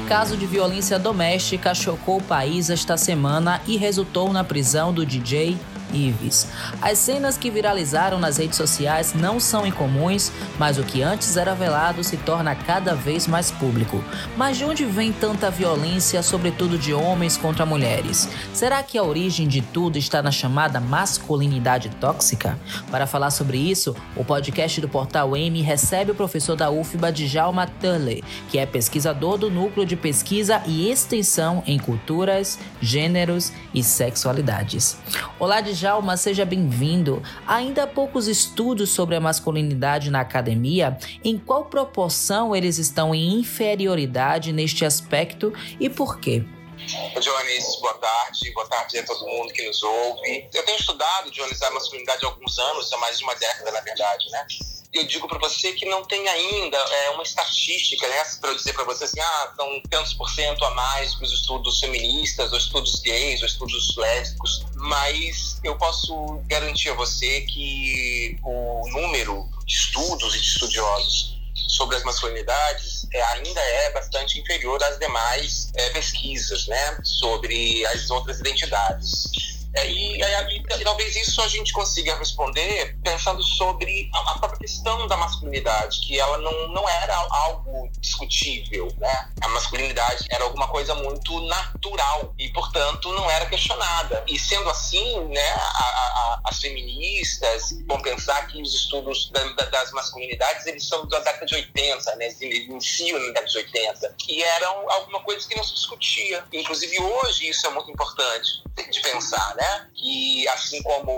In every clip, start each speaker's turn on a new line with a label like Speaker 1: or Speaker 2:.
Speaker 1: caso de violência doméstica chocou o país esta semana e resultou na prisão do DJ Ives. As cenas que viralizaram nas redes sociais não são incomuns, mas o que antes era velado se torna cada vez mais público. Mas de onde vem tanta violência, sobretudo de homens contra mulheres? Será que a origem de tudo está na chamada masculinidade tóxica? Para falar sobre isso, o podcast do Portal M recebe o professor da UFBA, Djalma Turley, que é pesquisador do Núcleo de Pesquisa e Extensão em Culturas, Gêneros e Sexualidades. Olá, Djalma, seja bem-vindo. Ainda há poucos estudos sobre a masculinidade na academia. Em qual proporção eles estão em inferioridade neste aspecto e por quê?
Speaker 2: Jones, boa tarde a todo mundo que nos ouve. Eu tenho estudado, Jones, a masculinidade há alguns anos, há mais de uma década, na verdade, né? E eu digo para você que não tem ainda uma estatística, né, para eu dizer para você assim, são tantos % a mais que os estudos feministas, ou estudos gays, ou estudos lésbicos, mas eu posso garantir a você que o número de estudos e de estudiosos sobre as masculinidades ainda é bastante inferior às demais pesquisas, né, sobre as outras identidades. E talvez isso a gente consiga responder pensando sobre a própria questão da masculinidade, que ela não era algo discutível, né? A masculinidade era alguma coisa muito natural e, portanto, não era questionada. E sendo assim, né, as feministas vão pensar que os estudos das masculinidades, eles são da década de 80, né? Eles iniciam na década de 80, e eram alguma coisa que não se discutia. Inclusive, hoje, isso é muito importante de pensar, né? Que assim como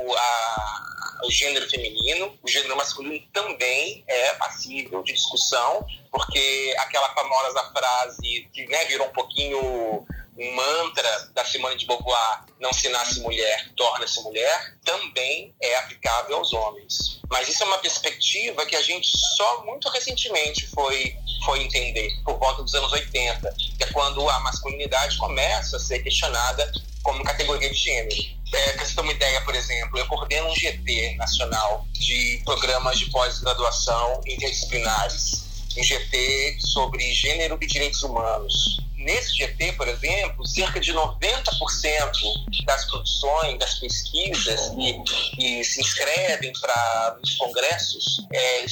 Speaker 2: o gênero feminino, o gênero masculino também é passível de discussão, porque aquela famosa frase que, né, virou um pouquinho um mantra da Simone de Beauvoir, não se nasce mulher, torna-se mulher, também é aplicável aos homens. Mas isso é uma perspectiva que a gente só muito recentemente foi entender, por volta dos anos 80, que é quando a masculinidade começa a ser questionada como categoria de gênero. Para você ter uma ideia, por exemplo, eu coordeno um GT nacional de programas de pós-graduação interdisciplinares, um GT sobre gênero e direitos humanos. Nesse GT, por exemplo, cerca de 90% das produções, das pesquisas que se inscrevem para os congressos,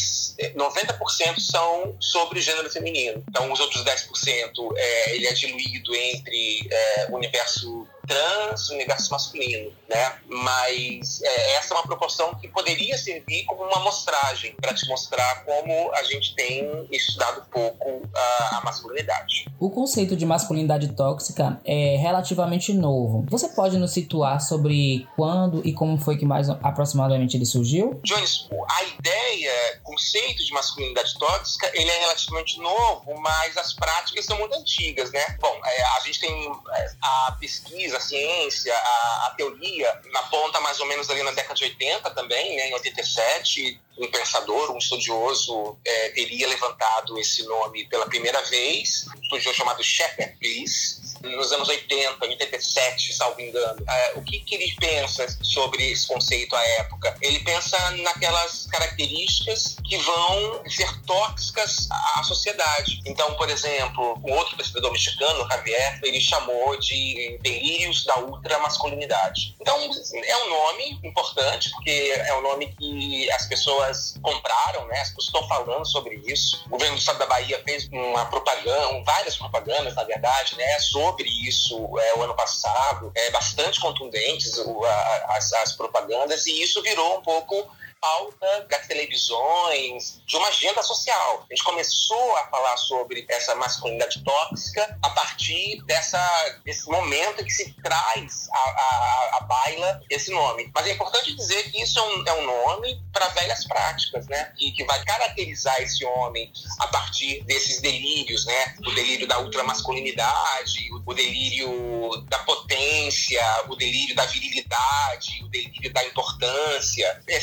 Speaker 2: 90% são sobre o gênero feminino. Então, os outros 10% ele é diluído entre o universo trans, o universo masculino, né? Mas essa é uma proporção que poderia servir como uma amostragem para te mostrar como a gente tem estudado pouco a masculinidade.
Speaker 1: O conceito de masculinidade tóxica é relativamente novo. Você pode nos situar sobre quando e como foi que mais aproximadamente ele surgiu?
Speaker 2: Jones, a ideia, o conceito de masculinidade tóxica, ele é relativamente novo, mas as práticas são muito antigas, né? Bom, a gente tem a pesquisa, a ciência, a teoria, na ponta mais ou menos ali na década de 80 também, né? Em 87, um pensador, um estudioso teria levantado esse nome pela primeira vez, um estudioso chamado Shepard Bliss, nos anos 80, 87, salvo engano. O que ele pensa sobre esse conceito à época? Ele pensa naquelas características que vão ser tóxicas à sociedade. Então, por exemplo, um outro pesquisador mexicano, Javier, ele chamou de delírios da ultramasculinidade. Então, é um nome importante, porque é um nome que as pessoas compraram, né? As pessoas estão falando sobre isso. O governo do estado da Bahia fez uma propaganda, várias propagandas, na verdade, né? Sobre isso o ano passado, bastante contundentes as propagandas, e isso virou um pouco pauta das televisões, de uma agenda social. A gente começou a falar sobre essa masculinidade tóxica a partir desse momento que se traz à baila esse nome. Mas é importante dizer que isso é um nome para velhas práticas, né? Que vai caracterizar esse homem a partir desses delírios, né? O delírio da ultramasculinidade, o delírio da potência, o delírio da virilidade, o delírio da importância. São essas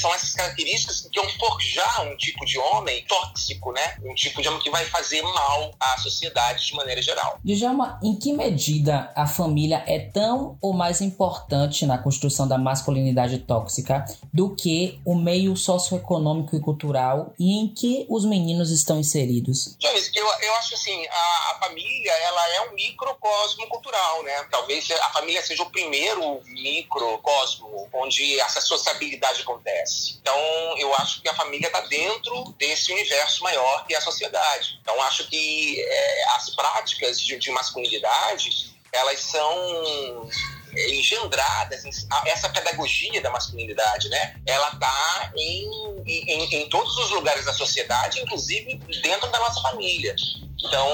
Speaker 2: características que vão forjar um tipo de homem tóxico, né? Um tipo de homem que vai fazer mal à sociedade de maneira geral.
Speaker 1: Djalma, em que medida a família é tão ou mais importante na construção da masculinidade tóxica do que o meio socioeconômico e cultural e em que os meninos estão inseridos?
Speaker 2: Jones, eu acho que assim, a família ela é um microcosmo cultural, né? Talvez a família seja o primeiro microcosmo onde essa sociabilidade acontece. Então, eu acho que a família está dentro desse universo maior que é a sociedade. Então, acho que as práticas de masculinidade, elas são engendradas, essa pedagogia da masculinidade, né? Ela está em todos os lugares da sociedade, inclusive dentro da nossa família. Então,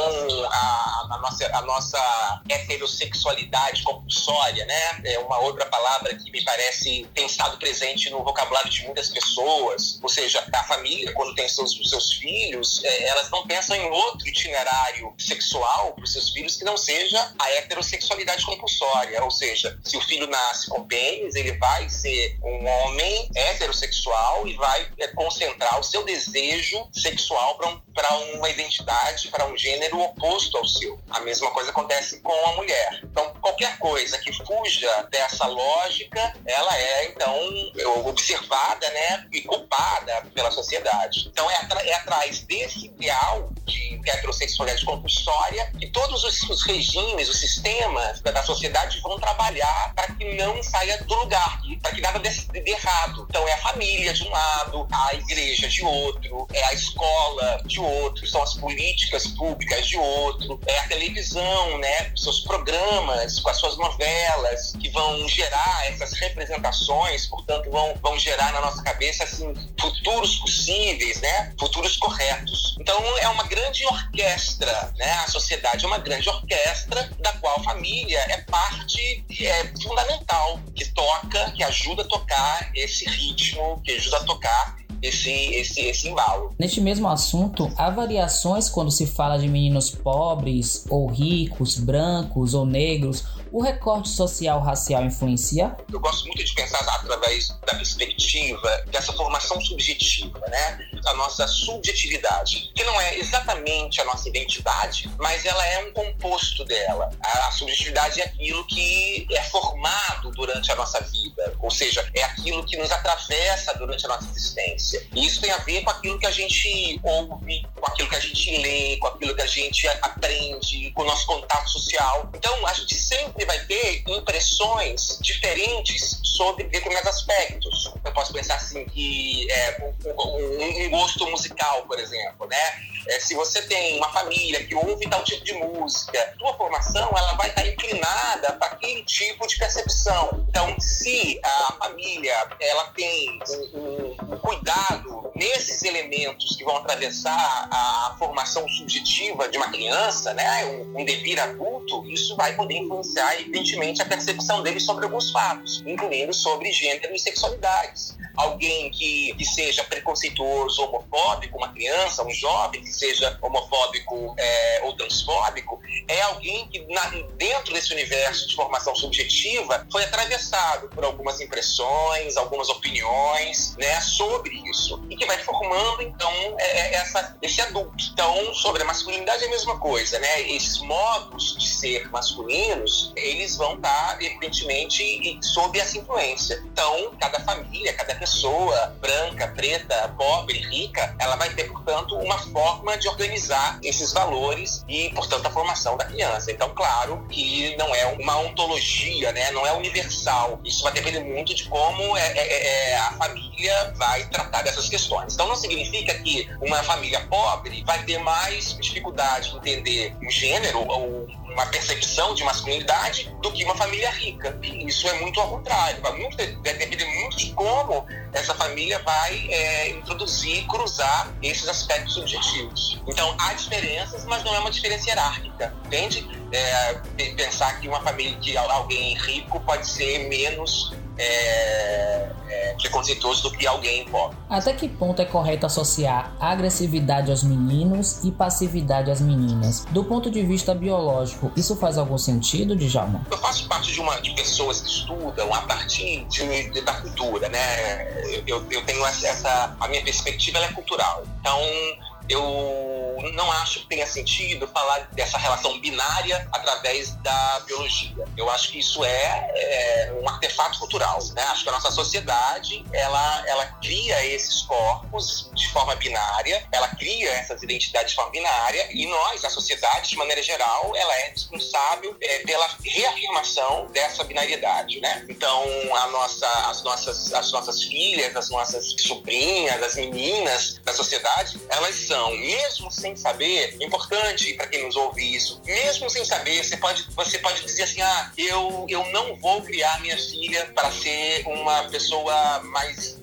Speaker 2: a nossa heterossexualidade compulsória, né? É uma outra palavra que me parece tem estado presente no vocabulário de muitas pessoas. Ou seja, a família, quando tem seus filhos, elas não pensam em outro itinerário sexual para os seus filhos que não seja a heterossexualidade compulsória. Ou seja, se o filho nasce com pênis, ele vai ser um homem heterossexual e vai concentrar o seu desejo sexual para uma identidade, para um gênero oposto ao seu. A mesma coisa acontece com a mulher. Então, qualquer coisa que fuja dessa lógica, ela é, então, observada, né, e culpada pela sociedade. Então, é atrás desse ideal de heterossexualidade compulsória que todos os regimes, os sistemas da sociedade vão trabalhar para que não saia do lugar, para que nada dê errado. Então, é a família de um lado, a igreja de outro, é a escola de outro, são as políticas públicas de outro, é a televisão, né, seus programas, com as suas novelas, que vão gerar essas representações, portanto, vão gerar na nossa cabeça, assim, futuros possíveis, né, futuros corretos. Então, é uma grande orquestra, né, a sociedade é uma grande orquestra da qual a família é parte fundamental, que ajuda a tocar esse ritmo, que ajuda a tocar esse embalo.
Speaker 1: Neste mesmo assunto, há variações quando se fala de meninos pobres ou ricos, brancos ou negros. O recorte social racial influencia?
Speaker 2: Eu gosto muito de pensar através da perspectiva dessa formação subjetiva, né? A nossa subjetividade, que não é exatamente a nossa identidade, mas ela é um composto dela. A subjetividade é aquilo que é formado durante a nossa vida, ou seja, é aquilo que nos atravessa durante a nossa existência. E isso tem a ver com aquilo que a gente ouve, com aquilo que a gente lê, com aquilo que a gente aprende, com o nosso contato social. Então, a gente sempre vai ter impressões diferentes sobre determinados aspectos. Eu posso pensar assim que um gosto musical, por exemplo, né? Se você tem uma família que ouve tal tipo de música, sua formação ela vai estar inclinada para aquele tipo de percepção. Então, se a família ela tem um cuidado nesses elementos que vão atravessar a formação subjetiva de uma criança, né, um devir adulto, isso vai poder influenciar, evidentemente, a percepção dele sobre alguns fatos, incluindo sobre gênero e sexualidades. Alguém que seja preconceituoso, homofóbico, uma criança, um jovem que seja homofóbico ou transfóbico, é alguém que dentro desse universo de formação subjetiva foi atravessado por algumas impressões, algumas opiniões, né, sobre isso, e que vai formando, então, esse adulto. Então, sobre a masculinidade é a mesma coisa, né? Esses modos de ser masculinos, eles vão estar, evidentemente, sob essa influência. Então, cada família, cada pessoa, branca, preta, pobre, rica, ela vai ter, portanto, uma forma de organizar esses valores e, portanto, a formação da criança. Então, claro que não é uma ontologia, né? Não é universal. Isso vai depender muito de como a família vai tratar dessas questões. Então, não significa que uma família pobre vai ter mais dificuldade de entender um gênero ou uma percepção de masculinidade do que uma família rica. E isso é muito ao contrário. Vai depender muito de como essa família vai introduzir, cruzar esses aspectos subjetivos. Então, há diferenças, mas não é uma diferença hierárquica, entende? Pensar que uma família, que alguém rico pode ser menos preconceituoso do que alguém pobre.
Speaker 1: Até que ponto é correto associar agressividade aos meninos e passividade às meninas? Do ponto de vista biológico, isso faz algum sentido, Djalma?
Speaker 2: Eu faço parte de pessoas que estudam a partir da cultura, né? Eu tenho a minha perspectiva ela é cultural. Então, eu não acho que tenha sentido falar dessa relação binária através da biologia. Eu acho que isso é um artefato cultural, né? Acho que a nossa sociedade, ela cria esses corpos de forma binária, ela cria essas identidades de forma binária, e nós, a sociedade, de maneira geral, ela é responsável pela reafirmação dessa binariedade, né? Então, as nossas filhas, as nossas sobrinhas, as meninas da sociedade, elas são, mesmo sem saber, importante para quem nos ouve isso, mesmo sem saber, você pode dizer assim, eu não vou criar minha filha para ser uma pessoa mais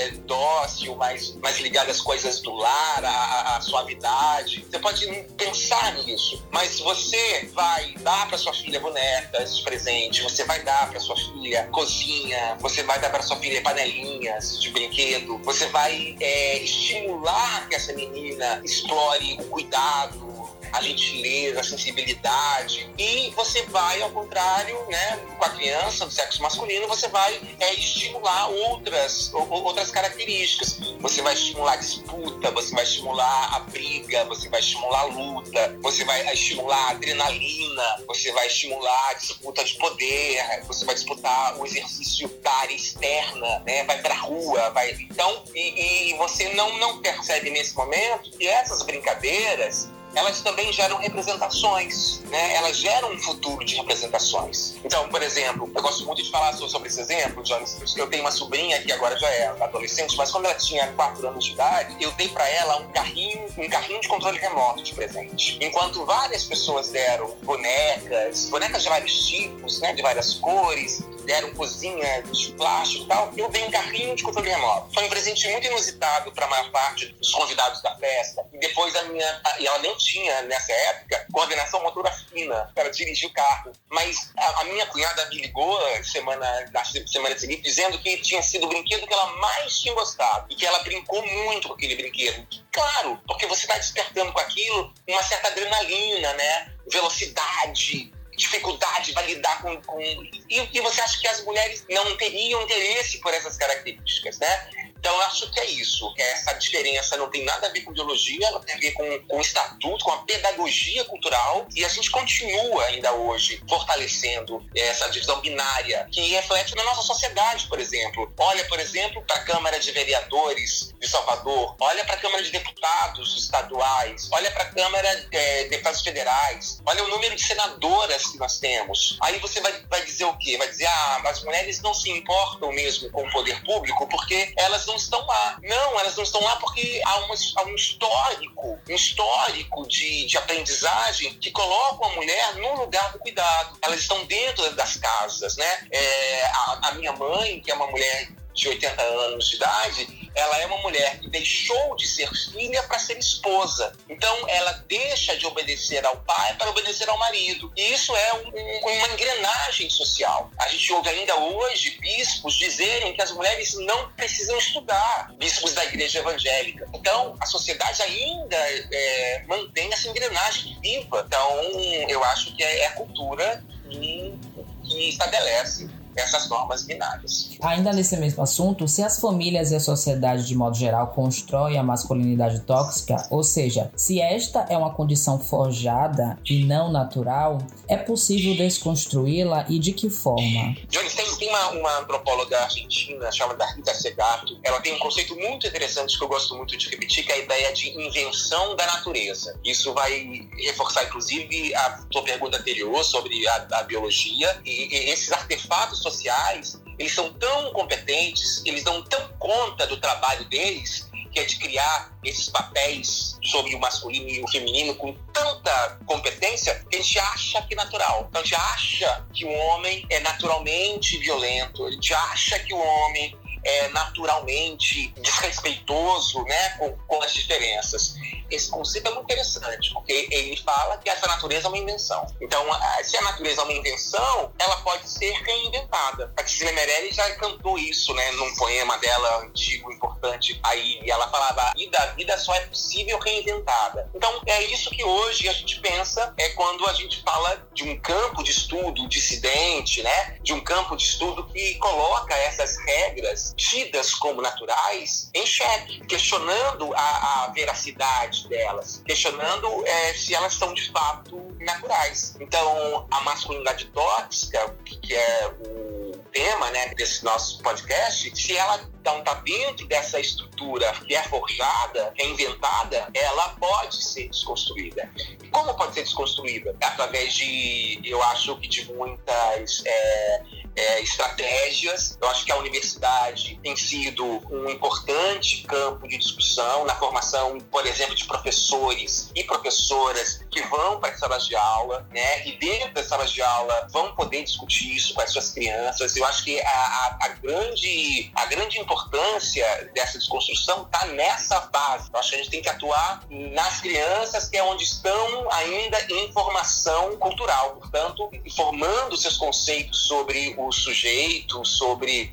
Speaker 2: dócil, mais ligada às coisas do lar, à suavidade. Você pode pensar nisso, mas você vai dar para sua filha bonecas de presente, você vai dar para sua filha cozinha, você vai dar para sua filha panelinhas de brinquedo, você vai estimular que essa menina explore o cuidado, a gentileza, a sensibilidade, e você vai, ao contrário, né, com a criança do sexo masculino, você vai estimular outras características. Você vai estimular a disputa, você vai estimular a briga, você vai estimular a luta, você vai estimular a adrenalina, você vai estimular a disputa de poder, você vai disputar o exercício da área externa, né, vai pra rua, vai... Então, e você não percebe nesse momento que essas brincadeiras, elas também geram representações, né? Elas geram um futuro de representações. Então, por exemplo, eu gosto muito de falar sobre esse exemplo, Jones. Eu tenho uma sobrinha que agora já é adolescente, mas quando ela tinha 4 anos de idade, eu dei para ela um carrinho de controle remoto de presente. Enquanto várias pessoas deram bonecas de vários tipos, né? De várias cores, deram cozinha de plástico e tal, eu dei um carrinho de controle remoto. Foi um presente muito inusitado para a maior parte dos convidados da festa. E depois e ela nem tinha, nessa época, coordenação motora fina para dirigir o carro. Mas a minha cunhada me ligou na semana seguinte dizendo que tinha sido o brinquedo que ela mais tinha gostado e que ela brincou muito com aquele brinquedo. Claro, porque você está despertando com aquilo uma certa adrenalina, né? Velocidade, dificuldade para lidar com... E você acha que as mulheres não teriam interesse por essas características, né? Então, eu acho que é isso. Essa diferença não tem nada a ver com ideologia, ela tem a ver com o estatuto, com a pedagogia cultural, e a gente continua ainda hoje fortalecendo essa divisão binária que reflete na nossa sociedade, por exemplo. Olha, por exemplo, para a Câmara de Vereadores de Salvador, olha para a Câmara de Deputados estaduais, olha para a Câmara de Deputados Federais, olha o número de senadoras que nós temos. Aí você vai dizer o quê? Vai dizer, as mulheres não se importam mesmo com o poder público porque elas não estão lá. Não, elas não estão lá porque há um histórico de aprendizagem que coloca a mulher no lugar do cuidado. Elas estão dentro das casas, né? A minha mãe, que é uma mulher de 80 anos de idade, ela é uma mulher que deixou de ser filha para ser esposa. Então, ela deixa de obedecer ao pai para obedecer ao marido. E isso é uma engrenagem social. A gente ouve ainda hoje bispos dizerem que as mulheres não precisam estudar, bispos da igreja evangélica. Então, a sociedade ainda mantém essa engrenagem viva. Então, eu acho que é a cultura que estabelece essas normas binárias.
Speaker 1: Ainda nesse mesmo assunto, se as famílias e a sociedade de modo geral constroem a masculinidade tóxica, ou seja, se esta é uma condição forjada e não natural, é possível desconstruí-la e de que forma?
Speaker 2: Jones, tem uma antropóloga argentina chamada Rita Segato. Ela tem um conceito muito interessante que eu gosto muito de repetir, que é a ideia de invenção da natureza. Isso vai reforçar, inclusive, a tua pergunta anterior sobre a biologia, e esses artefatos sociais, eles são tão competentes, eles dão tão conta do trabalho deles, que é de criar esses papéis sobre o masculino e o feminino com tanta competência que a gente acha que é natural. Então a gente acha que o homem é naturalmente violento, a gente acha que o homem é naturalmente desrespeitoso, né, com as diferenças. esse conceito é muito interessante, porque ele fala que essa natureza é uma invenção. Então, se a natureza é uma invenção, ela pode ser reinventada. A Cecília Meirelles já cantou isso, né, num poema dela antigo, importante, aí ela falava: a vida só é possível reinventada. Então, é isso que hoje a gente pensa quando a gente fala de um campo de estudo dissidente, né, de um campo de estudo que coloca essas regras tidas como naturais em xeque, questionando a veracidade delas, questionando se elas são de fato naturais. Então, a masculinidade tóxica, que é o tema, né, desse nosso podcast, se ela então está dentro dessa estrutura que é forjada, reinventada, ela pode ser desconstruída. E como pode ser desconstruída? Através eu acho que de muitas estratégias. Eu acho que a universidade tem sido um importante campo de discussão na formação, por exemplo, de professores e professoras que vão para as salas de aula, né? E dentro das salas de aula vão poder discutir isso com as suas crianças. Eu acho que a grande importância dessa desconstrução está nessa base. Eu acho que a gente tem que atuar nas crianças, que é onde estão ainda em formação cultural, portanto, formando seus conceitos sobre o sujeito, sobre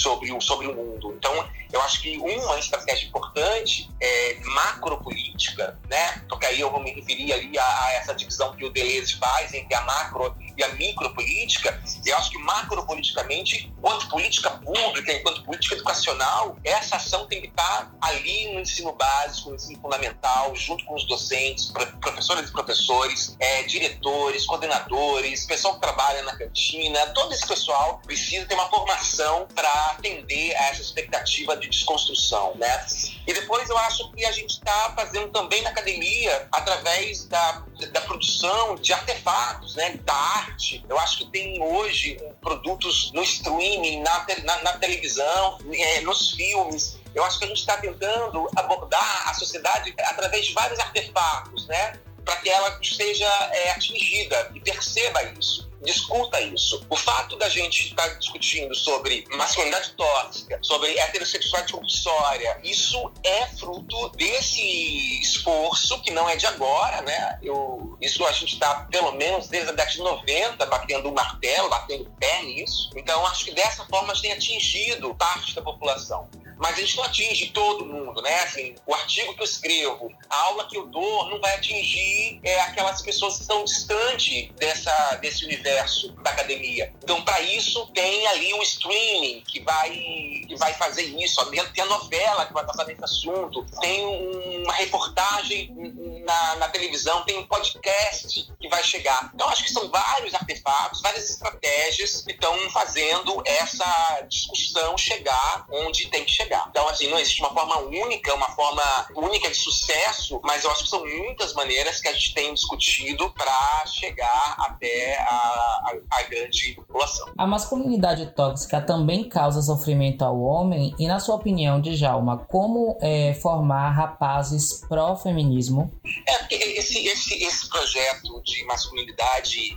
Speaker 2: o mundo. Então, eu acho que uma estratégia importante é macropolítica, né? Porque aí eu vou me referir ali a essa divisão que o Deleuze faz entre a macro e a micropolítica. Eu acho que macropoliticamente, enquanto política pública, enquanto política educacional, essa ação tem que estar ali no ensino básico, no ensino fundamental, junto com os docentes, professoras e professores, diretores, coordenadores, pessoal que trabalha na cantina. Todo esse pessoal precisa ter uma formação para atender a essa expectativa de desconstrução, né? E depois eu acho que a gente está fazendo também na academia, através da produção de artefatos, né, da arte. Eu acho que tem hoje produtos no streaming, na televisão, nos filmes. Eu acho que a gente está tentando abordar a sociedade através de vários artefatos, né, para que ela seja atingida e perceba isso. Discuta isso. O fato da gente estar discutindo sobre masculinidade tóxica, sobre heterossexualidade compulsória, isso é fruto desse esforço que não é de agora, né? Isso a gente está, pelo menos, desde a década de 90, batendo o martelo, batendo o pé nisso. Então, acho que dessa forma a gente tem atingido parte da população. Mas a gente não atinge todo mundo, né? Assim, o artigo que eu escrevo, a aula que eu dou, não vai atingir aquelas pessoas que estão distantes desse universo da academia. Então, para isso, tem ali o streaming que vai fazer isso. Tem a novela que vai passar nesse assunto. Tem uma reportagem na televisão. Tem um podcast que vai chegar. Então, acho que são vários artefatos, várias estratégias que estão fazendo essa discussão chegar onde tem que chegar. Então, assim, não existe uma forma única de sucesso, mas eu acho que são muitas maneiras que a gente tem discutido para chegar até a grande população.
Speaker 1: A masculinidade tóxica também causa sofrimento ao homem e, na sua opinião, Djalma, como formar rapazes pró-feminismo?
Speaker 2: Porque esse projeto de masculinidade,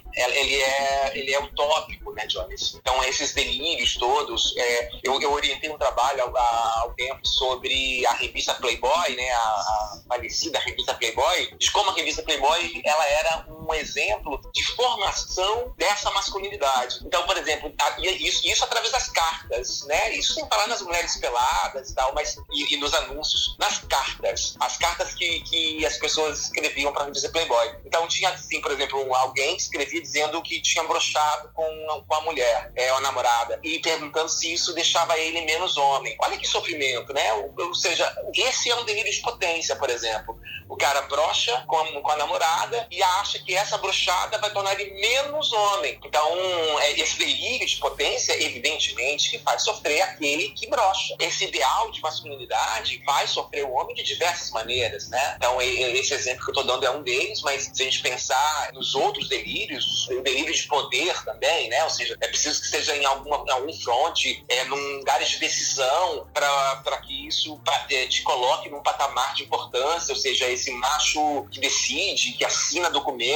Speaker 2: ele é utópico, né, Jones? Então, esses delírios todos, eu orientei um trabalho há um tempo sobre a revista Playboy, né, a falecida revista Playboy, de como a revista Playboy ela era um exemplo de formação dessa masculinidade. Então, por exemplo, isso através das cartas, né? Isso sem falar nas mulheres peladas e tal, mas e nos anúncios, nas cartas. As cartas que as pessoas escreviam para a revista Playboy. Então, tinha, assim, por exemplo, alguém que escrevia dizendo que tinha broxado com a mulher, a namorada, e perguntando se isso deixava ele menos homem. Olha que sofrimento, né? Ou seja, esse é um delírio de potência, por exemplo. O cara broxa com a namorada e acha que essa broxada vai tornar ele menos homem. Então, esse delírio de potência, evidentemente, que faz sofrer aquele que broxa. Esse ideal de masculinidade faz sofrer o homem de diversas maneiras, né? Então, esse exemplo que eu estou dando é um deles, mas se a gente pensar nos outros delírios, o delírio de poder também, né? Ou seja, é preciso que seja em algum fronte, num lugar de decisão, para que isso te coloque num patamar de importância, ou seja, esse macho que decide, que assina documento,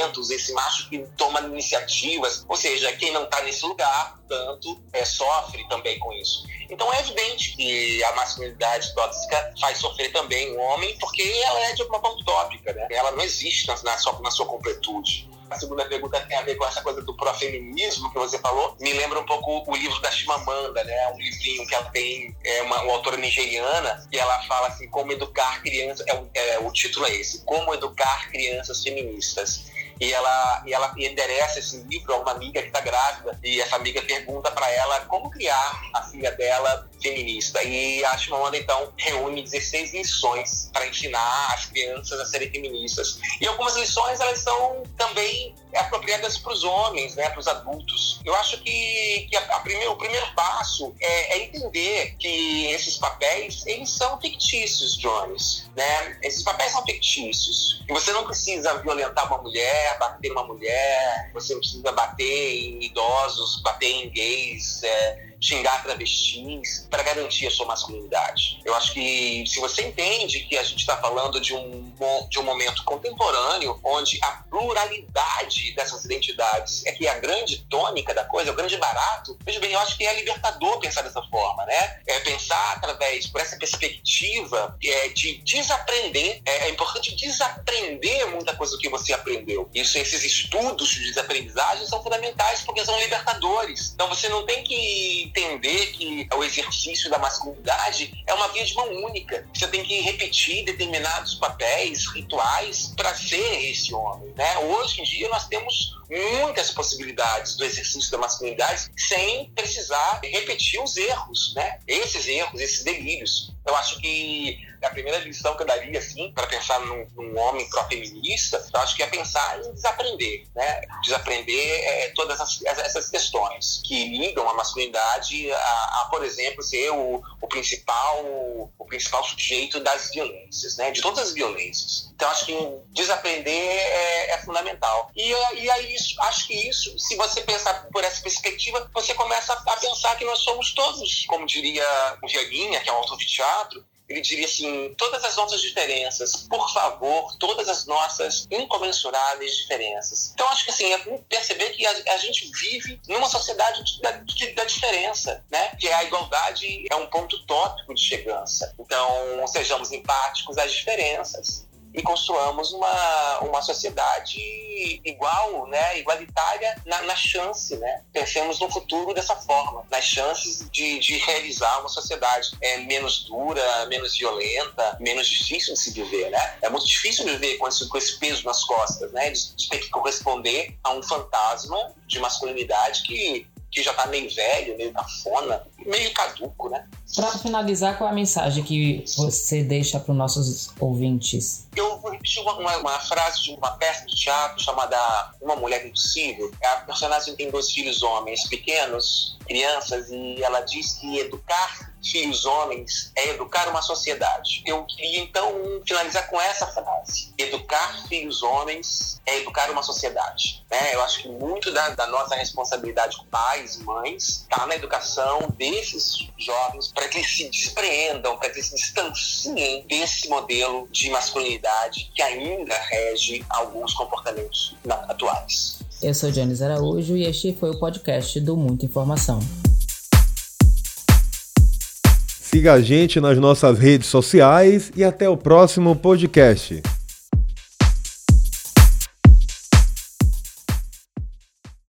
Speaker 2: movimentos, esse macho que toma iniciativas, ou seja, quem não está nesse lugar, tanto sofre também com isso. Então é evidente que a masculinidade tóxica faz sofrer também o homem, porque ela é de alguma forma utópica, né? Ela não existe na sua completude. A segunda pergunta tem a ver com essa coisa do profeminismo que você falou. Me lembra um pouco o livro da Chimamanda, né? Um livrinho que ela tem, uma autora nigeriana, e ela fala assim, como educar crianças, o título é esse, Como Educar Crianças Feministas. E ela endereça esse livro a uma amiga que está grávida, e essa amiga pergunta para ela como criar a filha dela feminista. E a Chimamanda, então, reúne 16 lições para ensinar as crianças a serem feministas. E algumas lições, elas são também apropriadas para os homens, né, para os adultos. Eu acho que o primeiro passo é entender que esses papéis, eles são fictícios, Jones, né? Esses papéis são fictícios. E você não precisa violentar uma mulher, bater uma mulher, você não precisa bater em idosos, bater em gays, xingar travestis para garantir a sua masculinidade. Eu acho que se você entende que a gente está falando de um momento contemporâneo onde a pluralidade dessas identidades é que é a grande tônica da coisa, é o grande barato, veja bem, eu acho que é libertador pensar dessa forma, né? Pensar por essa perspectiva de desaprender. É importante desaprender muita coisa do que você aprendeu. Esses estudos de desaprendizagem são fundamentais porque são libertadores. Então você não tem que entender que o exercício da masculinidade é uma via de mão única. Você tem que repetir determinados papéis, rituais, para ser esse homem, né? Hoje em dia nós temos muitas possibilidades do exercício da masculinidade sem precisar repetir os erros, né? Esses erros, esses delírios. Eu acho que a primeira lição que eu daria, assim, para pensar num homem pró-feminista, eu acho que é pensar em desaprender, né? Desaprender todas essas questões que ligam a masculinidade a, por exemplo, ser o principal sujeito das violências, né? De todas as violências. Então, acho que desaprender é fundamental. E aí, acho que isso, se você pensar por essa perspectiva, você começa a pensar que nós somos todos, como diria o Vieguinha, que é um autor de teatro, ele diria assim, todas as nossas diferenças, por favor, todas as nossas incomensuráveis diferenças. Então, acho que assim, é perceber que a gente vive numa sociedade da diferença, né? Que a igualdade é um ponto utópico de chegança. Então, sejamos empáticos às diferenças e construamos uma sociedade igual, né, igualitária na chance, né? Pensemos no futuro dessa forma, nas chances de realizar uma sociedade menos dura, menos violenta, menos difícil de se viver, né? É muito difícil viver com esse peso nas costas, né? De ter que corresponder a um fantasma de masculinidade que já está meio velho, meio cafona, meio caduco, né?
Speaker 1: Para finalizar, qual é a mensagem que você deixa para os nossos ouvintes?
Speaker 2: Eu vou repetir uma frase de uma peça de teatro chamada Uma Mulher Impossível. A personagem tem 2 filhos homens pequenos, crianças, e ela diz que educar filhos homens é educar uma sociedade. Eu queria, então, finalizar com essa frase. Educar filhos homens é educar uma sociedade. Né? Eu acho que muito da nossa responsabilidade como pais e mães está na educação desses jovens para que eles se despreendam, para que eles se distanciem desse modelo de masculinidade que ainda rege alguns comportamentos atuais.
Speaker 1: Eu sou Jones Araújo e este foi o podcast do Muita Informação.
Speaker 3: Siga a gente nas nossas redes sociais e até o próximo podcast.